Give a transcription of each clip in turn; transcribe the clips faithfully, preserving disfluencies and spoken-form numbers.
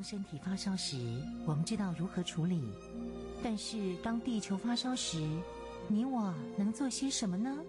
身体发烧时，我们知道如何处理，但是当地球发烧时，你我能做些什么呢？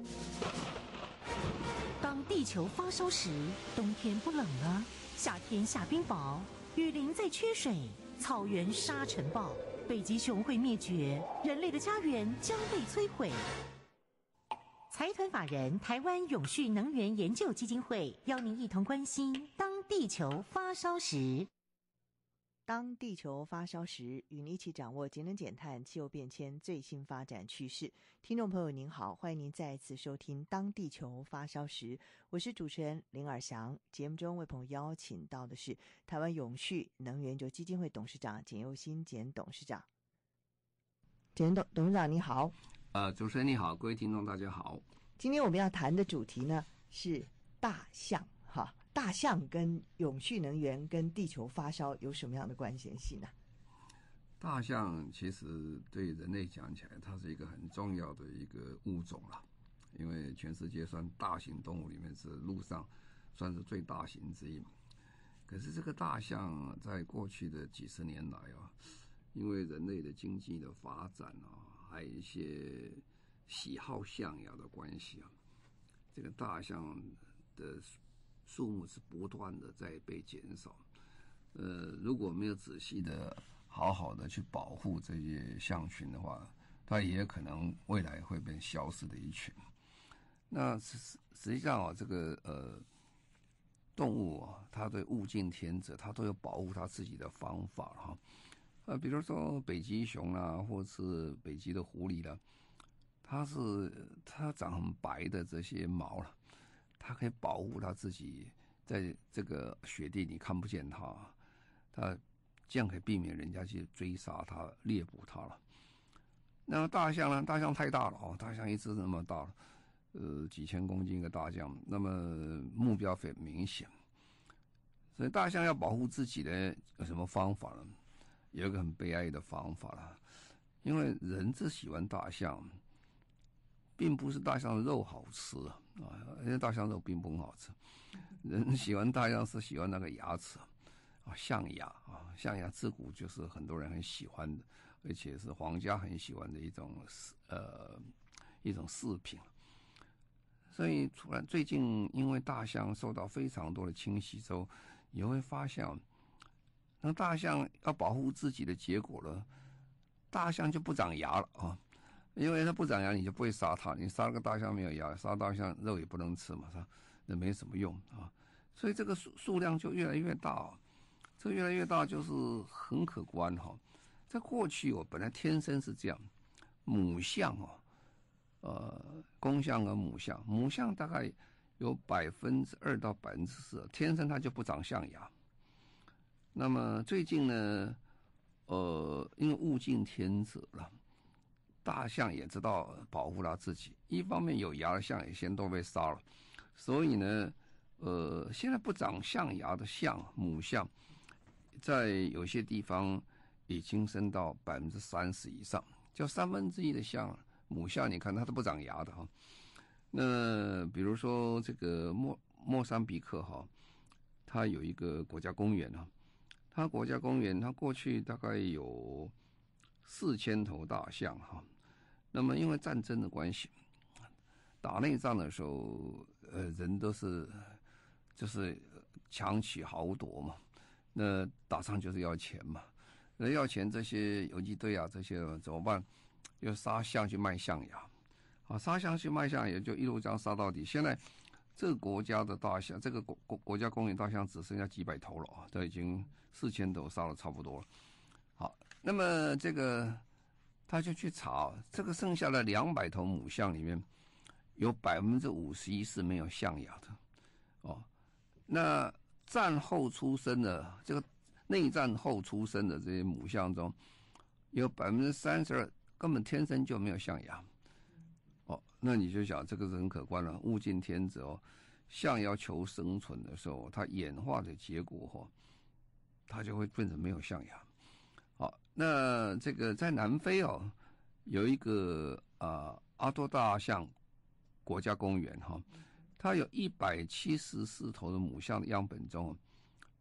当地球发烧时，冬天不冷了，夏天下冰雹，雨林在缺水，草原沙尘暴，北极熊会灭绝，人类的家园将被摧毁。财团法人台湾永续能源研究基金会邀您一同关心当地球发烧时。 当地球发烧时，与你一起掌握节能减碳、气候变迁最新发展趋势。听众朋友您好，欢迎您再一次收听当地球发烧时，我是主持人林尔祥。节目中为朋友邀请到的是台湾永续能源研究基金会董事长简佑新简董事长。简董董事长你好。 呃，主持人你好，各位听众大家好。 今天我们要谈的主题呢是大象哈。大象跟永续能源跟地球发烧有什么样的关联性呢？ 大象其实对人类讲起来，它是一个很重要的一个物种了，因为全世界算大型动物里面是陆上算是最大型之一。可是这个大象在过去的几十年来啊，因为人类的经济的发展啊，还有一些喜好象牙的关系啊，这个大象的数目是不断的在被减少。呃，如果没有仔细的好好的去保护这些象群的话，它也可能未来会变消失的一群。那实际上啊，这个呃动物啊，它对物竞天择，它都有保护它自己的方法哈。呃，比如说北极熊啦，或是北极的狐狸啦，它是它长很白的这些毛了。它可以保护它自己，在这个雪地里看不见它，它这样可以避免人家去追杀它、猎捕它了。那大象呢？大象太大了哦，大象一只那么大了，呃，几千公斤一个大象，那么目标很明显。所以大象要保护自己呢，有什么方法呢？有一个很悲哀的方法了，因为人只喜欢大象。并不是大象的肉好吃啊，因为大象肉并不很好吃。人喜欢大象是喜欢那个牙齿啊，象牙啊，象牙自古就是很多人很喜欢的，而且是皇家很喜欢的一种呃一种饰品。所以，突然最近因为大象受到非常多的侵袭之后，你会发现，那大象要保护自己的结果了，大象就不长牙了啊。因为它不长牙，你就不会杀它。你杀了个大象没有牙，杀大象肉也不能吃嘛，它那没什么用啊。所以这个数数量就越来越大，这越来越大就是很可观哈。在过去我本来天生是这样，母象哦，呃，公象和母象，母象大概有百分之二到百分之四，天生它就不长象牙。那么最近呢，呃，因为物竞天择了。大象也知道保护它自己，一方面有牙的象也先都被杀了，所以呢，呃，现在不长象牙的象母象，在有些地方已经升到百分之三十以上，就三分之一的象母象，你看它都不长牙的哈。那比如说这个莫莫桑比克哈，它有一个国家公园哈，它国家公园它过去大概有四千头大象哈。那么因为战争的关系，打内战的时候，呃，人都是就是强取豪夺嘛。那打仗就是要钱嘛，那要钱，这些游击队啊，这些怎么办？要杀象去卖象牙，啊，杀象去卖象牙，就一路这样杀到底。现在这个国家的大象，这个国国国家公园大象只剩下几百头了啊，都已经四千头杀了差不多了。好，那么这个。他就去查，这个剩下的两百头母象里面，有百分之五十一是没有象牙的，哦。那战后出生的这个内战后出生的这些母象中，有百分之三十二根本天生就没有象牙，哦。那你就想这个是很可观了，物竞天择哦。象要求生存的时候，它演化的结果哈、哦，它就会变成没有象牙。好，那这个在南非哦，有一个啊阿多大象国家公园哈，它有一百七十四头的母象的样本中，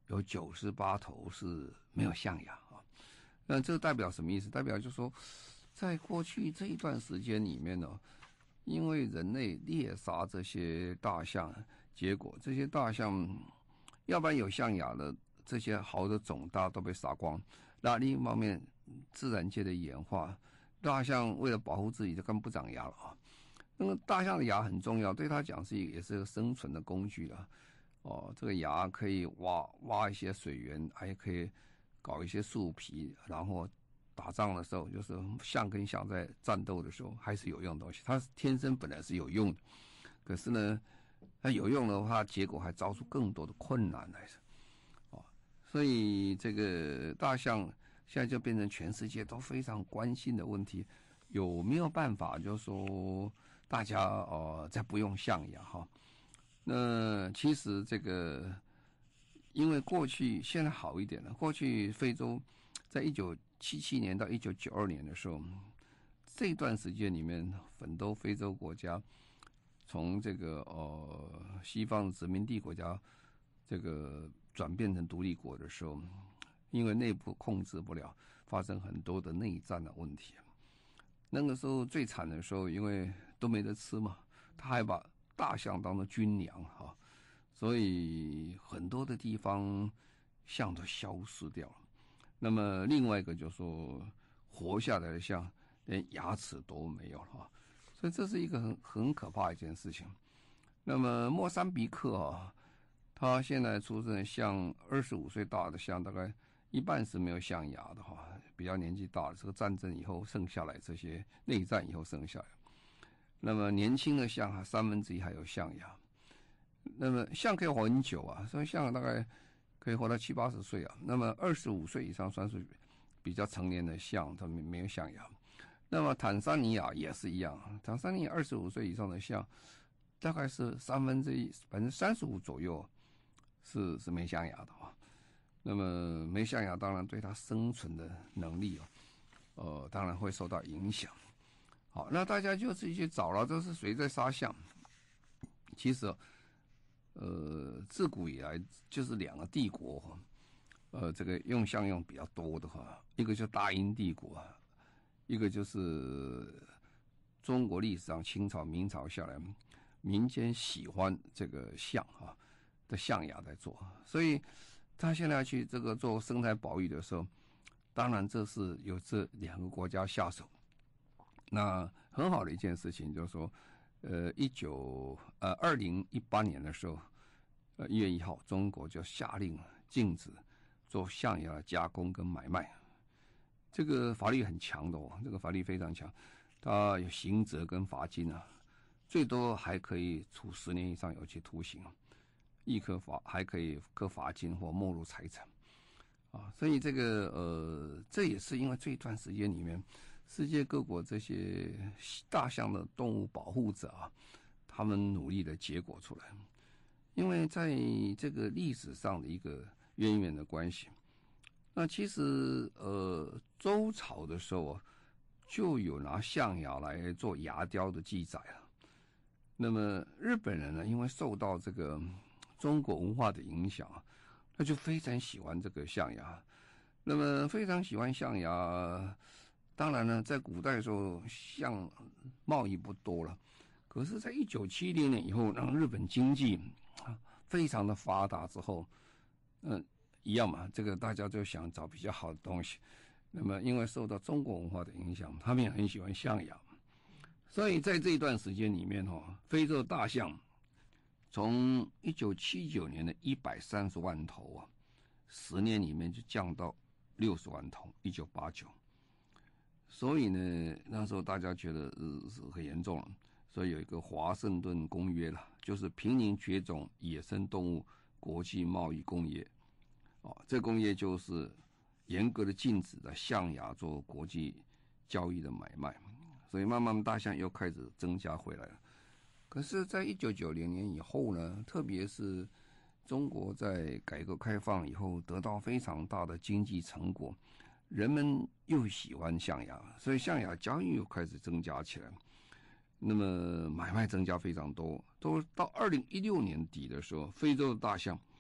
有九十八头是没有象牙啊。那这代表什么意思？代表就是说，在过去这一段时间里面呢，因为人类猎杀这些大象，结果这些大象要不然有象牙的这些好的种大都被杀光。那另一方面，自然界的演化，大象为了保护自己就更不长牙了啊。那么大象的牙很重要，对它讲是也是个生存的工具了。哦，这个牙可以挖挖一些水源，还可以搞一些树皮，然后打仗的时候，就是象跟象在战斗的时候还是有用的东西。它天生本来是有用的，可是呢，它有用的话，结果还遭出更多的困难来。哦，所以这个大象现在就变成全世界都非常关心的问题，有没有办法就是说大家呃再不用象牙哈？那其实这个，因为过去现在好一点了。过去非洲在一九七七年到一九九二年的时候，这段时间里面，很多非洲国家从这个呃西方殖民地国家这个转变成独立国的时候，因为内部控制不了，发生很多的内战的问题。那个时候最惨的时候，因为都没得吃嘛，他还把大象当做军粮哈，所以很多的地方象都消失掉了。那么另外一个就是说，活下来的象连牙齿都没有了哈，所以这是一个很很可怕的一件事情。那么莫桑比克啊，他现在出生的象二十五岁大的象，大概一半是没有象牙的哈，比较年纪大了，这个战争以后剩下来，这些内战以后剩下来。那么年轻的象三分之一还有象牙，那么象可以活很久啊，所以象大概可以活到七八十岁啊。那么二十五岁以上算是比较成年的象，它没有象牙。那么坦桑尼亚也是一样，坦桑尼亚二十五岁以上的象，大概是三分之一，百分之三十五左右是是没象牙的啊。那么没象牙，当然对它生存的能力啊，呃，当然会受到影响。好，那大家就自己去找了，这是谁在杀象？其实，呃，自古以来就是两个帝国，呃，这个用象用比较多的哈，一个就大英帝国，一个就是中国历史上清朝、明朝下来，民间喜欢这个象啊的象牙在做，所以他现在去这个做生态保育的时候，当然这是由这两个国家下手。那很好的一件事情就是说，呃，一九呃二零一八年的时候，呃一月一号，中国就下令禁止做象牙加工跟买卖。这个法律很强的哦，这个法律非常强，它有刑责跟罚金啊，最多还可以处十年以上有期徒刑，亦可罚还可以科罚金或没入财产啊。所以这个呃，这也是因为这一段时间里面，世界各国这些大象的动物保护者啊，他们努力的结果出来。因为在这个历史上的一个渊源的关系，那其实呃周朝的时候啊，就有拿象牙来做牙雕的记载了。那么日本人呢，因为受到这个中国文化的影响啊，他就非常喜欢这个象牙。那么非常喜欢象牙。当然呢，在古代的时候，象贸易不多了。可是，在一九七零年以后，让日本经济非常的发达之后，嗯，一样嘛，这个大家就想找比较好的东西。那么，因为受到中国文化的影响，他们也很喜欢象牙，所以在这一段时间里面哈，非洲大象从一九七九年的一百三十万头啊，十年里面就降到六十万头，一九八九。所以呢，那时候大家觉得呃是很严重了，所以有一个华盛顿公约了，就是濒临绝种野生动物国际贸易公约。哦，这公约就是严格的禁止的象牙做国际交易的买卖，所以慢慢大象又开始增加回来了。可是，在一九九零年以后呢，特别是中国在改革开放以后得到非常大的经济成果。人们又喜欢象牙，所以象牙交易又开始增加起来，那么买卖增加非常多。都到二零一六年底的时候，非洲的大象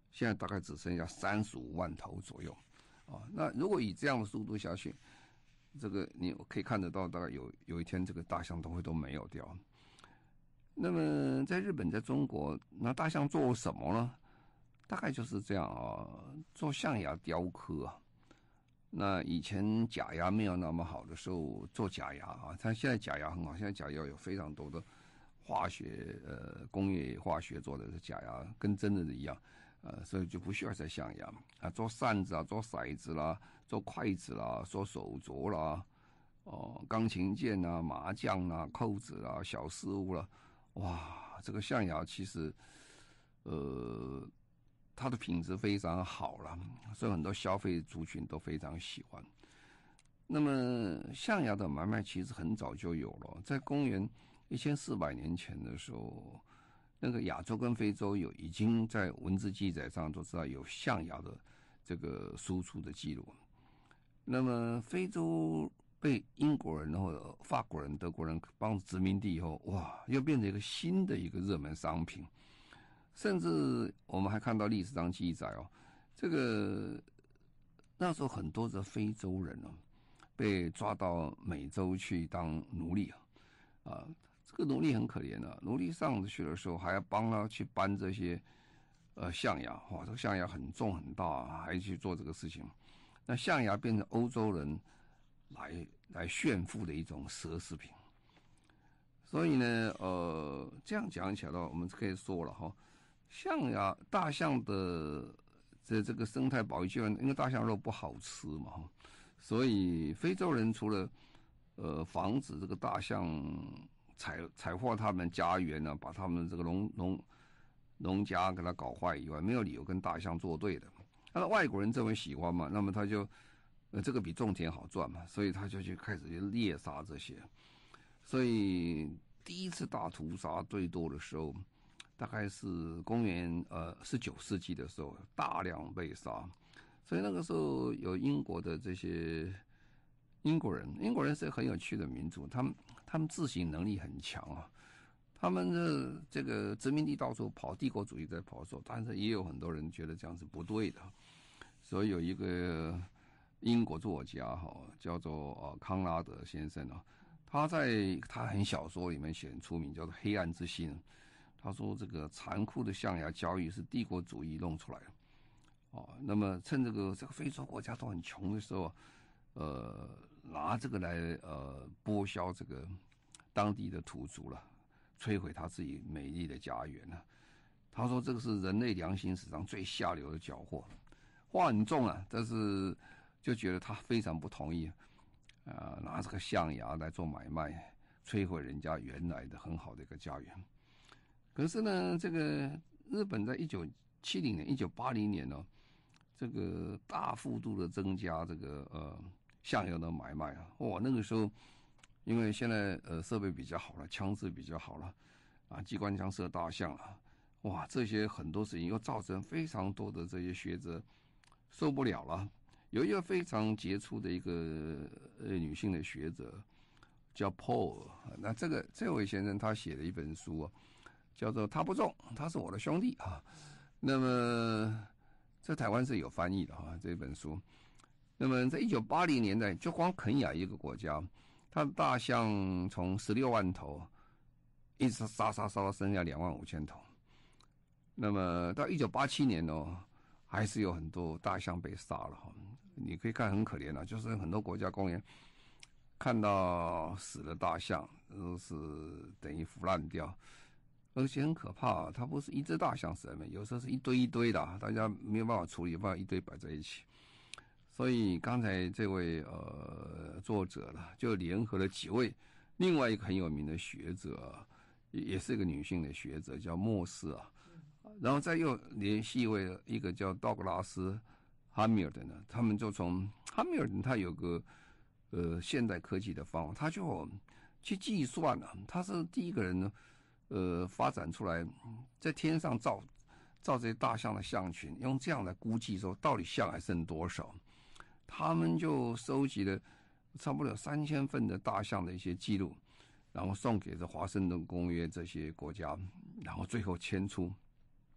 现在大概只剩下三十五万头左右。啊，那如果以这样的速度下去，这个你可以看得到，大概有有一天这个大象都会都没有掉。那么在日本，在中国，那大象做什么呢？大概就是这样啊，做象牙雕刻啊。那以前假牙没有那么好的时候，做假牙啊，但现在假牙很好，现在假牙有非常多的化学呃工业化学做的假牙，跟真的一样。呃，所以就不需要再象牙啊，做扇子啊，做骰子啦，做筷子啦，做手镯啦，哦，钢琴键啊，麻将啦，扣子啦，小饰物啦，哇，这个象牙其实，呃，它的品质非常好了，所以很多消费族群都非常喜欢。那么象牙的买卖其实很早就有了，在公元一千四百年前的时候。那个亚洲跟非洲有已经在文字记载上都知道有象牙的这个输出的记录。那么非洲被英国人或者法国人、德国人帮殖民地以后，哇，又变成一个新的一个热门商品。甚至我们还看到历史上记载哦，这个那时候很多的非洲人哦被抓到美洲去当奴隶啊，啊。这个奴隶很可怜啊，奴隶上去的时候还要帮他去搬这些呃象牙，哇，这个象牙很重很大，还去做这个事情。那象牙变成欧洲人来来炫富的一种奢侈品。所以呢，呃，这样讲起来的话，我们可以说了哈，象牙大象的这这个生态保育计划，因为大象肉不好吃嘛，所以非洲人除了呃防止这个大象采采获他们家园呢、啊，把他们这个农农农家给他搞坏以外，没有理由跟大象作对的。那外国人这么喜欢嘛，那么他就呃这个比种田好赚嘛，所以他就去开始去猎杀这些。所以第一次大屠杀最多的时候，大概是公元呃十九世纪的时候，大量被杀。所以那个时候有英国的这些英国人，英国人是很有趣的民族，他们他们自省能力很强啊。他们的这个殖民地到处跑，帝国主义在跑的时候，但是也有很多人觉得这样是不对的。所以有一个英国作家哈，叫做呃康拉德先生啊，他在他很小说里面写很出名，叫做《黑暗之心》。他说这个残酷的象牙交易是帝国主义弄出来的。哦，那么趁这个这个非洲国家都很穷的时候，呃，拿这个来呃剥削这个当地的土族了，摧毁他自己美丽的家园了。他说这个是人类良心史上最下流的缴获，话很重啊，但是就觉得他非常不同意，啊、呃，拿这个象牙来做买卖，摧毁人家原来的很好的一个家园。可是呢，这个日本在一九七零年、一九八零年呢，这个大幅度的增加这个呃象牙的买卖啊，哇，那个时候因为现在呃设备比较好了，枪支比较好了，啊，机关枪射大象啊，哇，这些很多事情又造成非常多的这些学者受不了了。有一个非常杰出的一个呃女性的学者叫 Paul， 那这个这位先生他写了一本书啊，叫做《他不中，他是我的兄弟》啊。那么在台湾是有翻译的哈、啊、这本书。那么在一九八零年代，就光肯亚一个国家，它的大象从十六万头一直杀杀杀到剩下两万五千头。那么到一九八七年哦，还是有很多大象被杀了哈。你可以看很可怜啊，就是很多国家公园看到死的大象，都是等于腐烂掉。而且很可怕、啊，它不是一只大象死了，有时候是一堆一堆的、啊，大家没有办法处理，办法一堆摆在一起。所以刚才这位呃作者了，就联合了几位另外一个很有名的学者，也也是一个女性的学者，叫莫斯啊，然后再又联系一位一个叫道格拉斯哈密尔顿的，他们就从哈密尔顿他有个呃现代科技的方法，他就去计算了、啊，他是第一个人呢。呃，发展出来，在天上造造这些大象的象群，用这样来估计说到底象还剩多少。他们就收集了差不多有三千份的大象的一些记录，然后送给这华盛顿公约这些国家，然后最后签出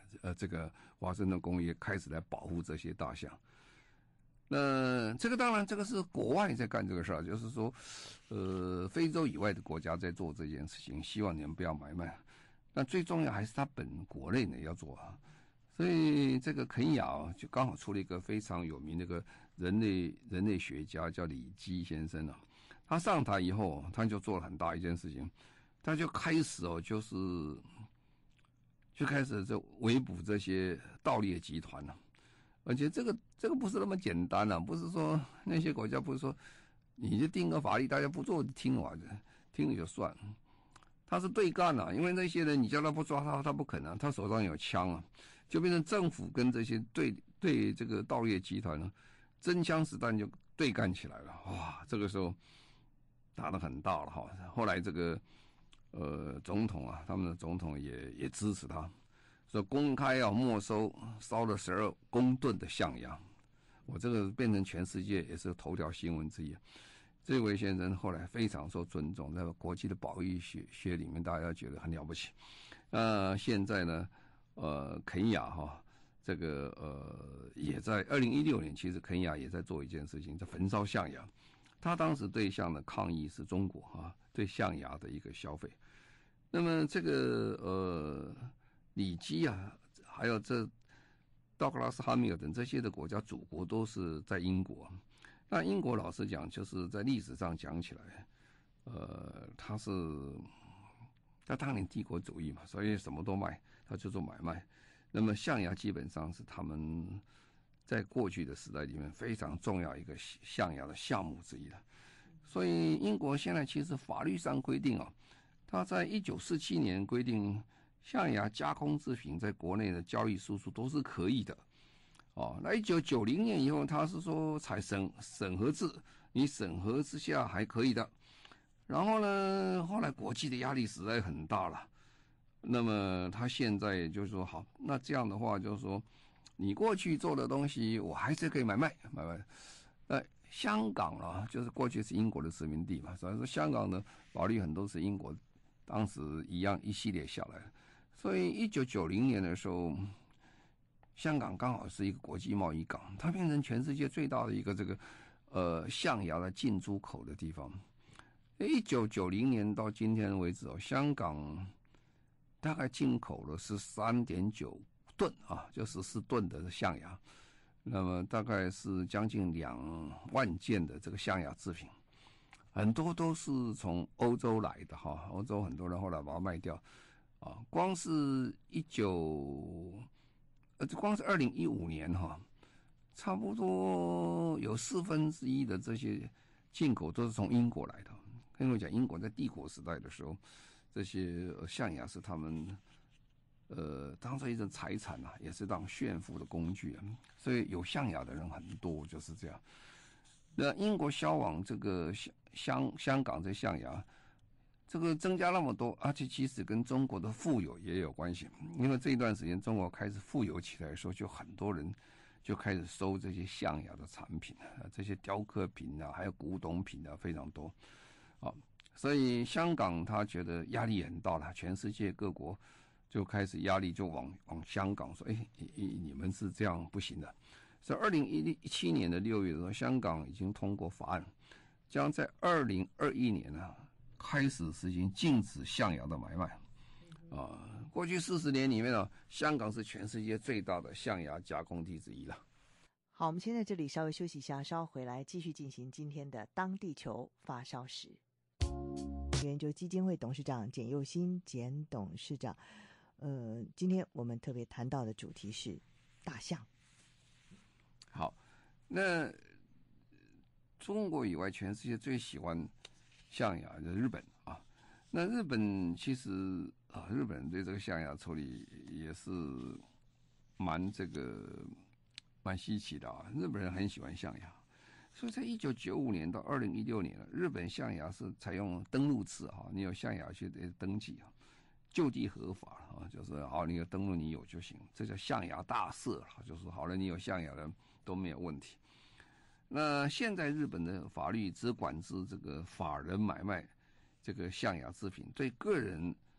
呃这个华盛顿公约开始来保护这些大象。那这个当然，这个是国外在干这个事儿，就是说，呃，非洲以外的国家在做这件事情，希望你们不要买卖。那最重要还是他本国内呢要做啊。所以这个肯亚就刚好出了一个非常有名的一个人类人类学家，叫李基先生啊。他上台以后，他就做了很大一件事情，他就开始哦，就是就开始就围捕这些盗猎集团了。而且这个这个不是那么简单啊，不是说那些国家不是说你就定个法律，大家不做听完听了就算，他是对干啊，因为那些人你叫他不抓他，他不肯啊，他手上有枪啊，就变成政府跟这些对对这个盗猎集团呢，真枪实弹就对干起来了，哇，这个时候打得很大了哈。后来这个呃总统啊，他们的总统也也支持他。说公开啊没收烧了十二公吨的象牙，我这个变成全世界也是头条新闻之一。这位先生后来非常受尊重，在国际的保育学学里面，大家觉得很了不起。那现在呢，呃，肯亚哈，这个呃也在二零一六年，其实肯亚也在做一件事情，叫焚烧象牙。他当时对象的抗议是中国啊对象牙的一个消费。那么这个呃。里基啊，还有这道格拉斯哈密尔顿这些的国家祖国都是在英国。那英国老实讲，就是在历史上讲起来，呃，他是他当年帝国主义嘛，所以什么都卖，他就做买卖。那么象牙基本上是他们在过去的时代里面非常重要一个象牙的项目之一了。所以英国现在其实法律上规定啊，他在一九四七年规定。象牙加工制品在国内的交易输出都是可以的，哦，那一九九零年以后，他是说采审审核制，你审核之下还可以的。然后呢，后来国际的压力实在很大了，那么他现在就是说，好，那这样的话就是说，你过去做的东西，我还是可以买卖买卖。呃，香港啊，就是过去是英国的殖民地嘛，所以说香港的法律很多是英国当时一样一系列下来。所以一九九零年的时候，香港刚好是一个国际贸易港，它变成全世界最大的一个这个呃象牙的进出口的地方。一九九零年到今天为止哦，香港大概进口了十三点九吨啊，就十四吨的象牙，那么大概是将近两万件的这个象牙制品，很多都是从欧洲来的哈，欧洲很多人后来把它卖掉。啊，光是一九，呃，光是二零一五年哈，差不多有四分之一的这些进口都是从英国来的。跟我讲，英国在帝国时代的时候，这些象牙是他们呃当做一种财产啊，也是当炫富的工具啊。所以有象牙的人很多，就是这样。那英国销往这个香香香港这象牙。这个增加那么多，而且其实跟中国的富有也有关系。因为这一段时间中国开始富有起来的时候，就很多人就开始收这些象牙的产品啊，这些雕刻品啊，还有古董品啊，非常多。啊，所以香港他觉得压力很大了，全世界各国就开始压力就往往香港说，哎，你们是这样不行的。所以二零一七年的六月的时候，香港已经通过法案，将在二零二一年呢。开始实行禁止象牙的买卖，啊，过去四十年里面呢，香港是全世界最大的象牙加工地之一了。 好，我们先在这里稍微休息一下，稍后回来继续进行今天的当地球发烧时。研究基金会董事长简佑新简董事长，呃，今天我们特别谈到的主题是大象。 好，那中国以外，全世界最喜欢象牙的日本啊，那日本其实啊，日本人对这个象牙处理也是蛮这个蛮稀奇的啊。日本人很喜欢象牙，所以在一九九五年到二零一六年，日本象牙是采用登录制啊，你有象牙去得登记啊，就地合法啊，就是好，你有登录你有就行，这叫象牙大赦了，就是好了，你有象牙的都没有问题。那现在日本的法律只管制这个法人买卖这个象牙制品，对个人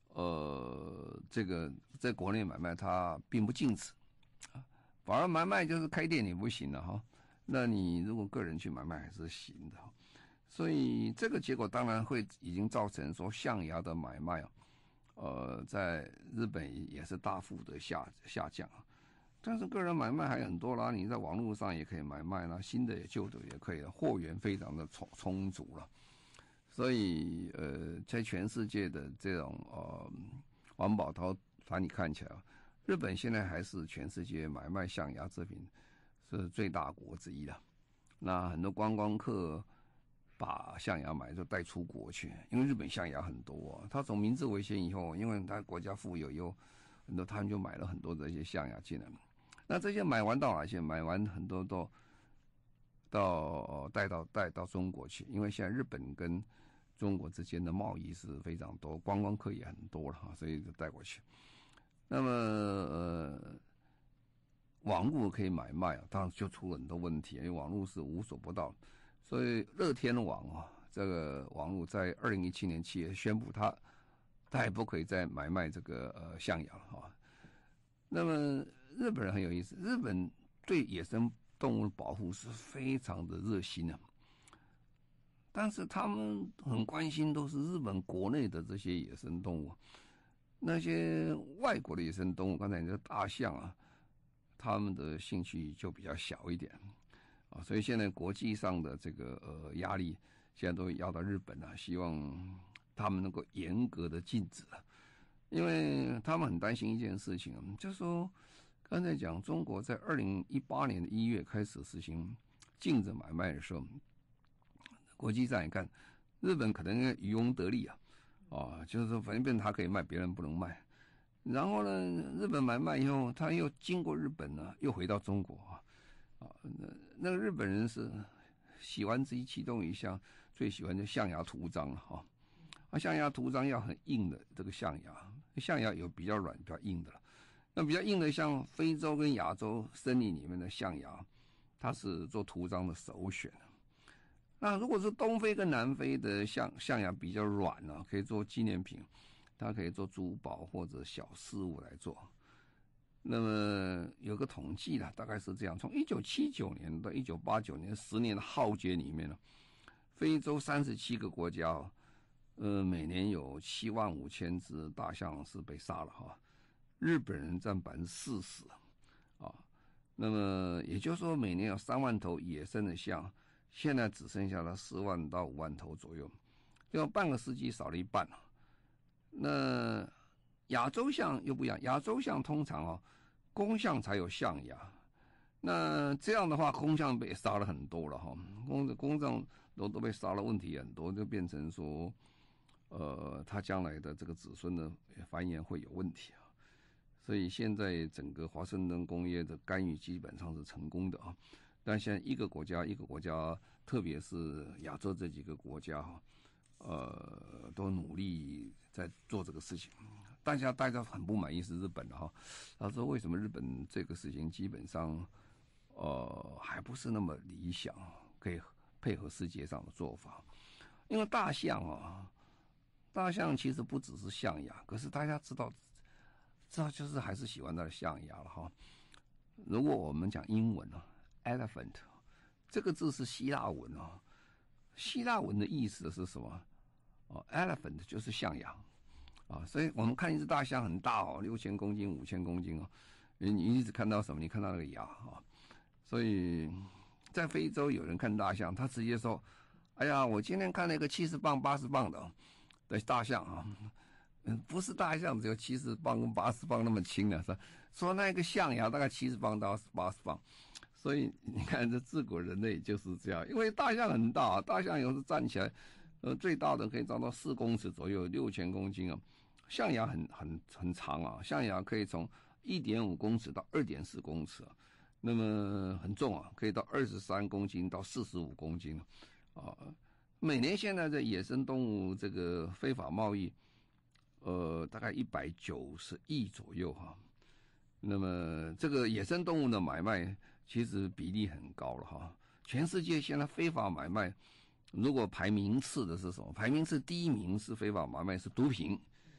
呃，这个在国内买卖它并不禁止，反而买卖就是开店也不行了哈。那你如果个人去买卖还是行的，所以这个结果当然会已经造成说象牙的买卖啊，呃，在日本也是大幅的下下降。但是个人买卖还很多啦，你在网络上也可以买卖啦，新的也旧的也可以了，货源非常的充充足了。所以呃，在全世界的这种呃环保团团体看起来，日本现在还是全世界买卖象牙制品是最大国之一了。那很多观光客把象牙买就带出国去，因为日本象牙很多啊。他从明治维新以后，因为他国家富有，有很多他们就买了很多这些象牙进来。那这些买完到哪去？买完很多都到带到带到中国去，因为现在日本跟中国之间的贸易是非常多，观光客也很多了哈，所以就带过去。那么呃，网络可以买卖啊，当然就出了很多问题，因为网络是无所不到，所以乐天网啊，这个网络在二零一七年七月宣布它它也不可以再买卖这个呃象牙了哈。那么日本人很有意思，日本对野生动物的保护是非常的热心啊，但是他们很关心都是日本国内的这些野生动物，那些外国的野生动物，刚才你的大象啊，他们的兴趣就比较小一点啊，所以现在国际上的这个呃压力，现在都要到日本啊，希望他们能够严格的禁止啊，因为他们很担心一件事情啊，就是说刚才讲中国在二零一八年的一月开始实行禁止买卖的时候，国际上也看日本可能渔翁得利啊，啊，就是说反正他可以卖，别人不能卖。然后呢，日本买卖以后，他又经过日本呢，又回到中国啊，啊，那那个日本人是喜欢之一，其中一项最喜欢的象牙图章了哈。啊，象牙图章要很硬的这个象牙，象牙有比较软、比较硬的了。那比较硬的，像非洲跟亚洲森林里面的象牙，它是做图章的首选。那如果是东非跟南非的象象牙比较软呢、啊，可以做纪念品，它可以做珠宝或者小饰物来做。那么有个统计了，大概是这样：从一九七九年到一九八九年十年的浩劫里面呢，非洲三十七个国家，呃，每年有七万五千只大象是被杀了哈。日本人占百分之四十啊，那么也就是说，每年有三万头野生的象。现在只剩下了四万到五万头左右，就半个世纪少了一半了。那亚洲象又不一样，亚洲象通常哦，公象才有象牙，那这样的话，公象被杀了很多了哈，公公象都都被杀了，问题很多，就变成说，呃，他将来的这个子孙的繁衍会有问题啊。所以现在整个华盛顿公约的干预基本上是成功的啊。但现在一个国家一个国家，特别是亚洲这几个国家哈，呃，都努力在做这个事情。大家大家很不满意是日本的哈，他说为什么日本这个事情基本上，呃，还不是那么理想，可以配合世界上的做法。因为大象啊，大象其实不只是象牙，可是大家知道，知道就是还是喜欢它的象牙了哈。如果我们讲英文啊。elephant 这个字是希腊文哦，希腊文的意思是什么？哦 ，elephant 就是象牙啊，所以我们看一只大象很大哦，六千公斤、五千公斤哦，你你一直看到什么？你看到那个牙啊，所以在非洲有人看大象，他直接说：“哎呀，我今天看了一个七十磅、八十磅的的大象啊，嗯，不是大象只有七十磅跟八十磅那么轻的，说说那个象牙大概七十磅到八十磅。”所以你看，这自古人类就是这样，因为大象很大，大象有时站起来，呃，最大的可以长到四公尺左右，六千公斤啊。象牙很很很长啊，象牙可以从一点五公尺到二点四公尺啊，那么很重啊，可以到二十三公斤到四十五公斤啊。每年现在的野生动物这个非法贸易，呃，大概一百九十亿左右哈、啊。那么这个野生动物的买卖。其实比例很高了哈，全世界现在非法买卖，如果排名次的是什么？排名次第一名是非法买卖是毒品，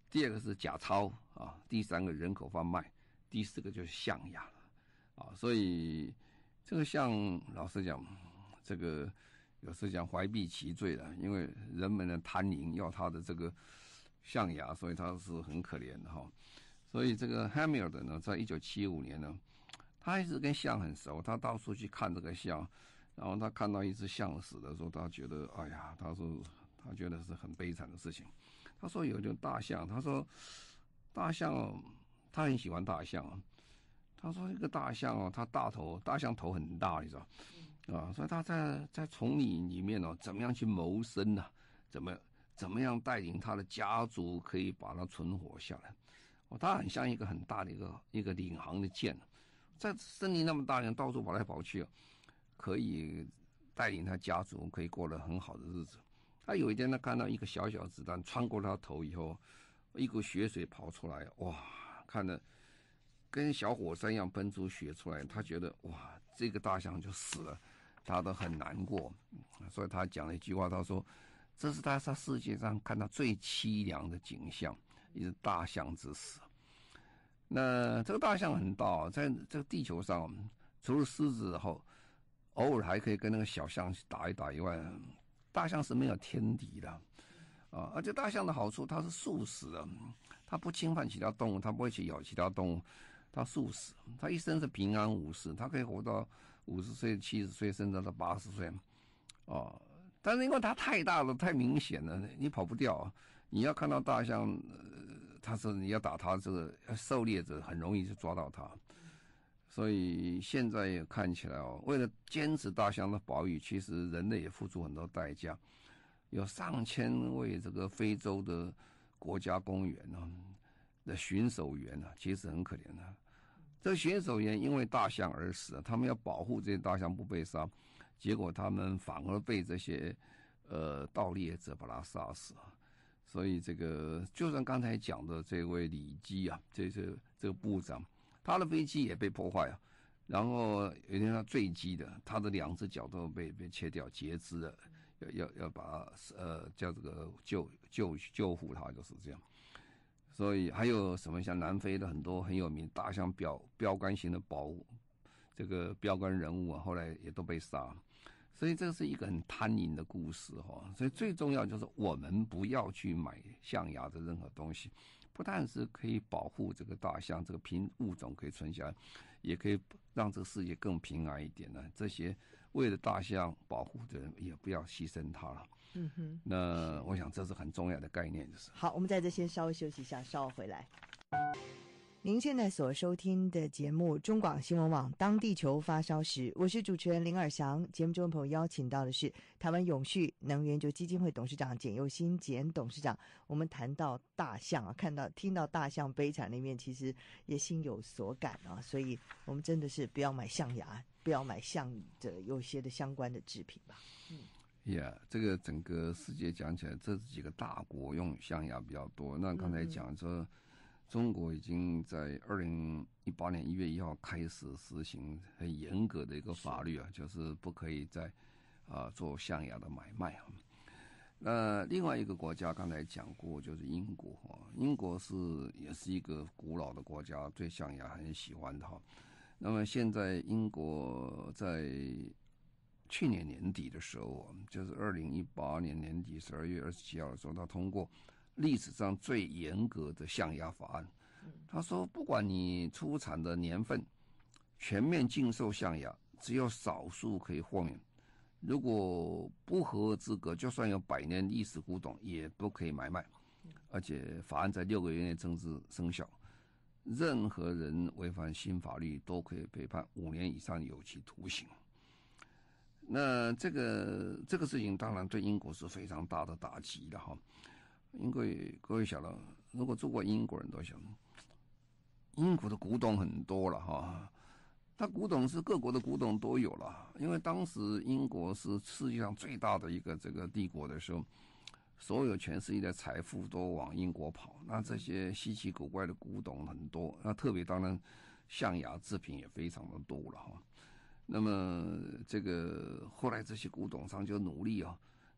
第二个是假钞啊，第三个人口贩卖，第四个就是象牙了啊。所以这个象，老实讲，这个有时讲怀璧其罪了，因为人们的贪淫要他的这个象牙，所以他是很可怜的哈。所以这个 Hamilton 呢，在一九七五年呢，他一直跟象很熟，他到处去看这个象，然后他看到一只象死的时候，他觉得哎呀，他说他觉得是很悲惨的事情。他说有一种大象，他说大象他很喜欢大象，他说一个大象哦，它大头，大象头很大，你知道。啊，所以他在在丛林里面哦，怎么样去谋生呢、啊？怎么怎么样带领他的家族可以把它存活下来？哦，他很像一个很大的一个一个领航的舰，在森林那么大，人到处跑来跑去，可以带领他家族可以过得很好的日子。他有一天，他看到一个小小子弹穿过他头以后，一股血水跑出来，哇，看得跟小火山一样喷出血出来，他觉得哇，这个大象就死了。他都很难过，所以他讲了一句话，他说：“这是他在世界上看到最凄凉的景象，也是大象之死。”那这个大象很大，在这个地球上，除了狮子后，偶尔还可以跟那个小象打一打以外，大象是没有天敌的啊。而且大象的好处，它是素食的，它不侵犯其他动物，它不会去咬其他动物，它素食，它一生是平安无事，它可以活到五十岁、七十岁，甚至到八十岁，哦，但是因为它太大了、太明显了，你跑不掉、啊。你要看到大象，呃，它是你要打它，这个狩猎者很容易就抓到它。所以现在也看起来哦，为了坚持大象的保育，其实人类也付出很多代价。有上千位这个非洲的国家公园啊的巡守员啊，其实很可怜的、啊。这个巡守员因为大象而死，他们要保护这些大象不被杀，结果他们反而被这些呃盗猎者把他杀死。所以这个就算刚才讲的这位李基啊，这是这个部长，他的飞机也被破坏啊。然后有一天他坠机的，他的两只脚都被被切掉截肢了，要要要把他呃叫这个救救救护他，就是这样。所以还有什么像南非的很多很有名大象标标杆型的保这个标杆人物啊，后来也都被杀。所以这是一个很贪淫的故事哈。所以最重要就是我们不要去买象牙的任何东西，不但是可以保护这个大象这个品物种可以存下来，也可以让这个世界更平安一点呢。这些为了大象保护的人也不要牺牲它了。 嗯哼， 那我想这是很重要的概念，就是好，我们在这先稍微休息一下，稍后回来。您现在所收听的节目中广新闻网当地球发烧时，我是主持人林尔翔。节目中的朋友邀请到的是台湾永续能源就基金会董事长简佑新简董事长。我们谈到大象啊，看到听到大象悲惨那面，其实也心有所感啊。所以我们真的是不要买象牙，不要买象的有些的相关的制品吧。嗯。 Yeah， 这个整个世界讲起来，这几个大国用象牙比较多。那刚才讲说，嗯、中国已经在二零一八年一月一号开始实行很严格的一个法律啊，就是不可以再啊、呃、做象牙的买卖啊。那另外一个国家刚才讲过，就是英国哈，英国是也是一个古老的国家，对象牙很喜欢的哈。那么现在英国在去年年底的时候，就是二零一八年年底十二月二十七号的时候，他通过历史上最严格的象牙法案。他说，不管你出产的年份，全面禁售象牙，只有少数可以豁免。如果不合资格，就算有百年历史古董，也不可以买卖。而且法案在六个月内正式生效。任何人违反新法律，都可以被判五年以上有期徒刑。那这个这个事情当然对英国是非常大的打击的哈，因为各位晓得，如果住过英国人都想，英国的古董很多了哈，它古董是各国的古董都有了，因为当时英国是世界上最大的一个这个帝国的时候，所有全世界的财富都往英国跑，那这些稀奇古怪的古董很多，那特别当然象牙制品也非常的多了哈。那么这个后来这些古董商就努力啊，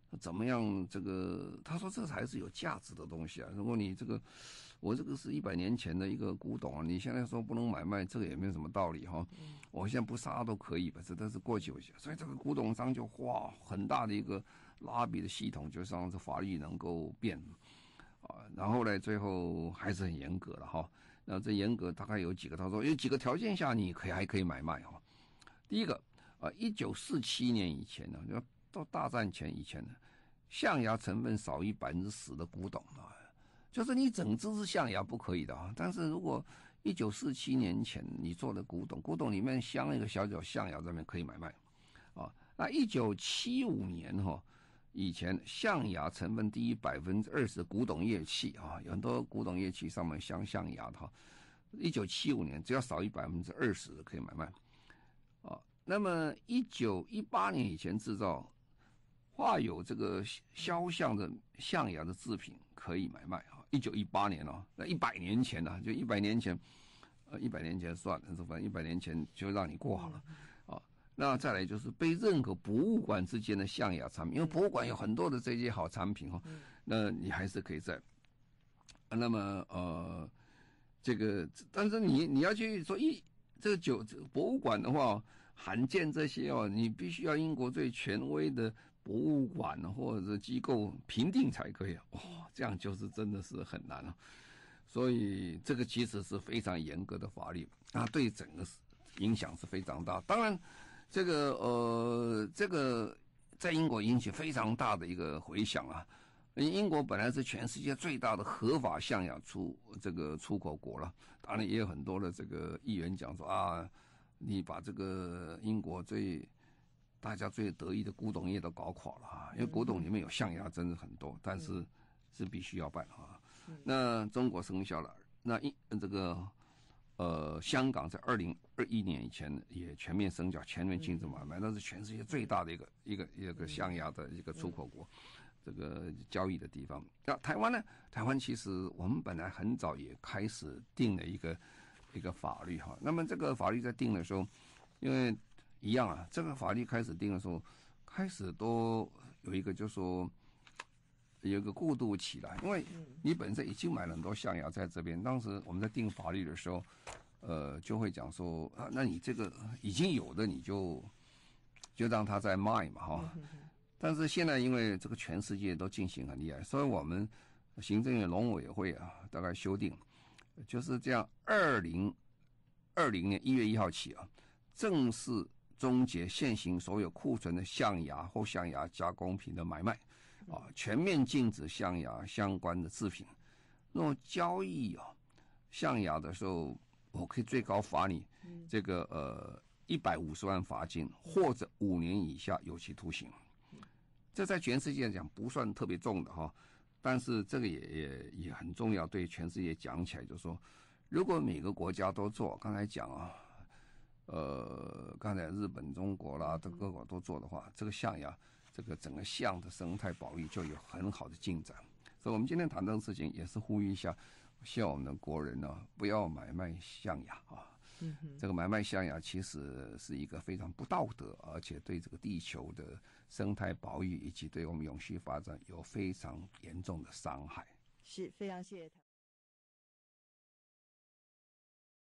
怎么样？这个他说这才是有价值的东西啊！如果你这个，我这个是一百年前的一个古董啊，你现在说不能买卖，这个也没有什么道理哈。我现在不杀都可以吧，这都是过去有些，所以这个古董商就花很大的一个拉比的系统，就让这法律能够变啊。然后呢，最后还是很严格了哈。那这严格大概有几个，他说有几个条件下你可以还可以买卖哈。第一个啊，一九四七年以前呢，就到大战前以前呢，象牙成分少于百分之十的古董啊，就是你整只是象牙不可以的啊。但是如果一九四七年前你做的古董，古董里面镶一个小小象牙，这边可以买卖啊。那一九七五年哈、哦。以前象牙成分低于百分之二十的古董乐器啊，有很多古董乐器上面镶象牙的哈。一九七五年只要少于百分之二十可以买卖啊。那么一九一八年以前制造画有这个肖像的象牙的制品可以买卖啊。一九一八年哦，那一百年前呢、啊，就一百年前，呃，一百年前算了，反正一百年前就让你过好了。那再来就是被认可博物馆之间的象牙产品，因为博物馆有很多的这些好产品哈，那你还是可以在。那么呃，这个但是你你要去说一这个酒博物馆的话，罕见这些哦，你必须要英国最权威的博物馆或者机构评定才可以。哇、哦，这样就是真的是很难了。所以这个其实是非常严格的法律啊，对整个影响是非常大。当然。这个呃，这个在英国引起非常大的一个回响啊。英国本来是全世界最大的合法象牙出这个出口国了，当然也有很多的这个议员讲说啊，你把这个英国最大家最得意的古董业都搞垮了啊，因为古董里面有象牙真的很多，但是是必须要办啊。那中国生效了，那一这个。呃，香港在二零二一年以前也全面生效，全面禁止买卖，那是全世界最大的一个一个一个象牙的一个出口国，这个交易的地方。那台湾呢？台湾其实我们本来很早也开始定了一个一个法律哈。那么这个法律在定的时候，因为一样啊，这个法律开始定的时候，开始都有一个就是说。有一个过渡期了，因为你本身已经买了很多象牙在这边。当时我们在定法律的时候，呃，就会讲说啊，那你这个已经有的你就就让他再卖嘛，哈。但是现在因为这个全世界都进行很厉害，所以我们行政院农委会啊，大概修订就是这样，二零二零年一月一号起啊，正式终结现行所有库存的象牙或象牙加工品的买卖。啊，全面禁止象牙相关的制品。那么交易啊，象牙的时候，我可以最高罚你这个呃一百五十万罚金，或者五年以下有期徒刑。这在全世界来讲不算特别重的哈，但是这个也也也很重要，对全世界讲起来就是说，如果每个国家都做，刚才讲啊，呃，刚才日本、中国啦，这各国都做的话，这个象牙。这个整个象的生态保育就有很好的进展，所以我们今天谈这个事情也是呼吁一下，希望我们的国人呢不要买卖象牙啊。嗯，这个买卖象牙其实是一个非常不道德，而且对这个地球的生态保育以及对我们永续发展有非常严重的伤害。 是非常谢谢。